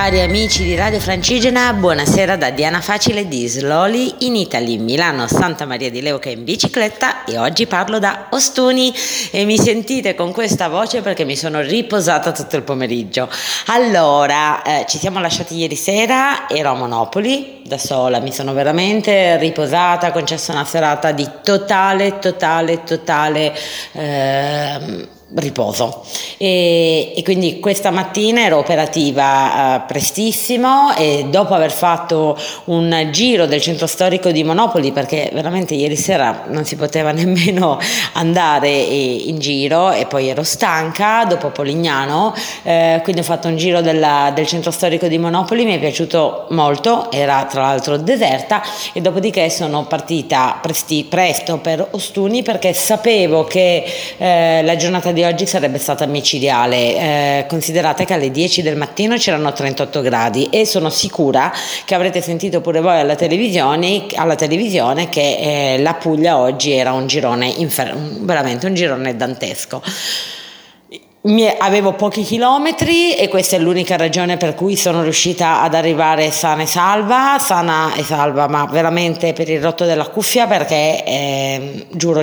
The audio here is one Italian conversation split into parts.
cari amici di Radio Francigena, buonasera da Diana Facile di Slowly in Italy, Milano, Santa Maria di Leuca in bicicletta, e oggi parlo da Ostuni e mi sentite con questa voce perché mi sono riposata tutto il pomeriggio. Allora, ci siamo lasciati ieri sera, ero a Monopoli da sola, mi sono veramente riposata, concessa una serata di totale riposo e quindi questa mattina ero operativa prestissimo, e dopo aver fatto un giro del centro storico di Monopoli, perché veramente ieri sera non si poteva nemmeno andare in giro e poi ero stanca dopo Polignano, quindi ho fatto un giro del centro storico di Monopoli, mi è piaciuto molto, era tra l'altro deserta, e dopodiché sono partita presto per Ostuni perché sapevo che la giornata di oggi sarebbe stata micidiale. Considerate che alle 10 del mattino c'erano 38 gradi e sono sicura che avrete sentito pure voi alla televisione che la Puglia oggi era un girone veramente un girone dantesco. Avevo pochi chilometri e questa è l'unica ragione per cui sono riuscita ad arrivare sana e salva, ma veramente per il rotto della cuffia, perché giuro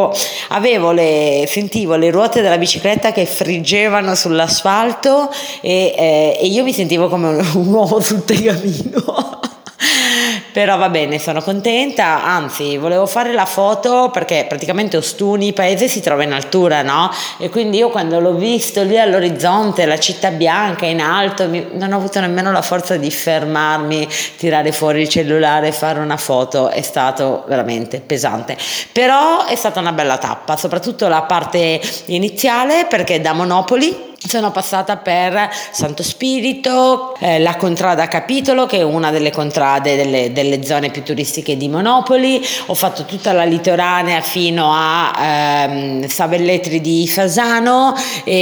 sentivo le ruote della bicicletta che friggevano sull'asfalto e io mi sentivo come un uovo sul tegamino. Però va bene, sono contenta, anzi volevo fare la foto perché praticamente Ostuni paese si trova in altura, no? E quindi io quando l'ho visto lì all'orizzonte, la città bianca in alto, non ho avuto nemmeno la forza di fermarmi, tirare fuori il cellulare e fare una foto, è stato veramente pesante. Però è stata una bella tappa, soprattutto la parte iniziale, perché da Monopoli sono passata per Santo Spirito, la contrada Capitolo, che è una delle contrade delle zone più turistiche di Monopoli. Ho fatto tutta la litoranea fino a Savelletri di Fasano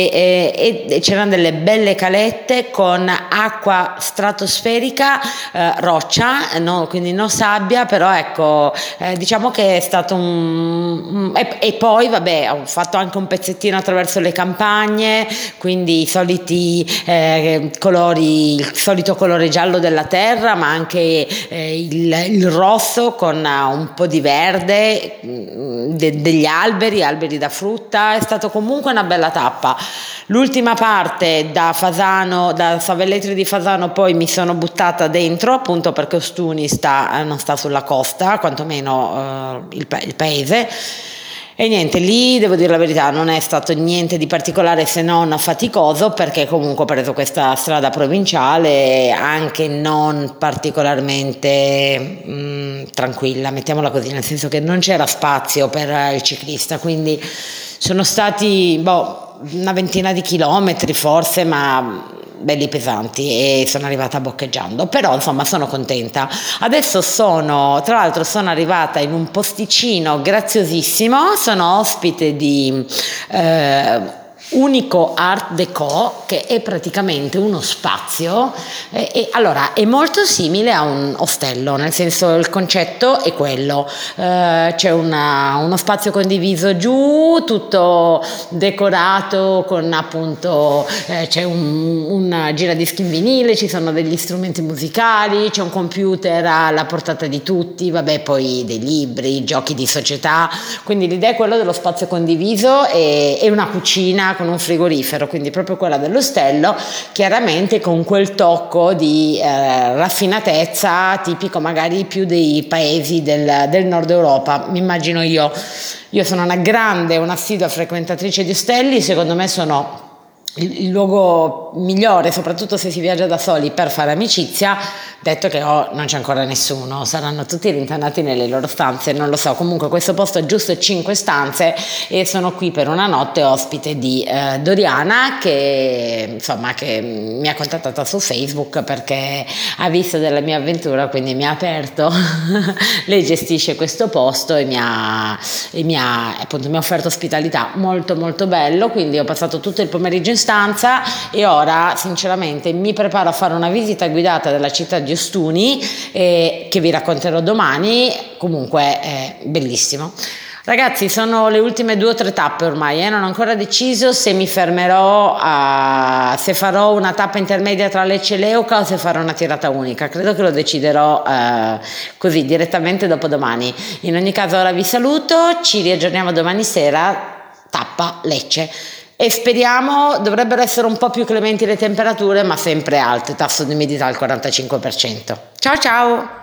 e c'erano delle belle calette con acqua stratosferica, roccia, no, quindi non sabbia, però ecco, diciamo che è stato e poi vabbè, ho fatto anche un pezzettino attraverso le campagne, quindi i soliti colori, il solito colore giallo della terra, ma anche il rosso con un po' di verde, degli alberi da frutta. È stato comunque una bella tappa. L'ultima parte da Savelletri di Fasano poi mi sono buttata dentro, appunto perché Ostuni non sta sulla costa, quantomeno il paese. E niente, lì devo dire la verità, non è stato niente di particolare se non faticoso, perché comunque ho preso questa strada provinciale anche non particolarmente tranquilla, mettiamola così, nel senso che non c'era spazio per il ciclista, quindi sono stati una ventina di chilometri forse, ma belli pesanti, e sono arrivata boccheggiando, però insomma sono contenta. Adesso tra l'altro sono arrivata in un posticino graziosissimo, sono ospite di Unico Art Deco, che è praticamente uno spazio e allora è molto simile a un ostello, nel senso il concetto è quello, c'è uno spazio condiviso giù, tutto decorato con appunto c'è un giradischi in vinile, ci sono degli strumenti musicali, c'è un computer alla portata di tutti, vabbè, poi dei libri, giochi di società, quindi l'idea è quella dello spazio condiviso e una cucina con un frigorifero, quindi proprio quella dell'ostello, chiaramente con quel tocco di raffinatezza tipico magari più dei paesi del nord Europa, mi immagino io sono un'assidua frequentatrice di ostelli, secondo me sono il luogo migliore, soprattutto se si viaggia da soli, per fare amicizia, detto che non c'è ancora nessuno, saranno tutti rintanati nelle loro stanze, non lo so. Comunque questo posto ha giusto 5 stanze e sono qui per una notte ospite di Doriana, che mi ha contattata su Facebook perché ha visto della mia avventura, quindi mi ha aperto lei gestisce questo posto e mi ha offerto ospitalità, molto molto bello, quindi ho passato tutto il pomeriggio in stanza e ora sinceramente mi preparo a fare una visita guidata della città di Ostuni che vi racconterò domani. Comunque è bellissimo. Ragazzi, sono le ultime 2 o 3 tappe ormai, non ho ancora deciso se mi fermerò se farò una tappa intermedia tra Lecce e Leuca o se farò una tirata unica. Credo che lo deciderò così direttamente dopodomani. In ogni caso ora vi saluto, ci riaggiorniamo domani sera, tappa Lecce. E speriamo, dovrebbero essere un po' più clementi le temperature, ma sempre alte, tasso di umidità al 45%. Ciao ciao!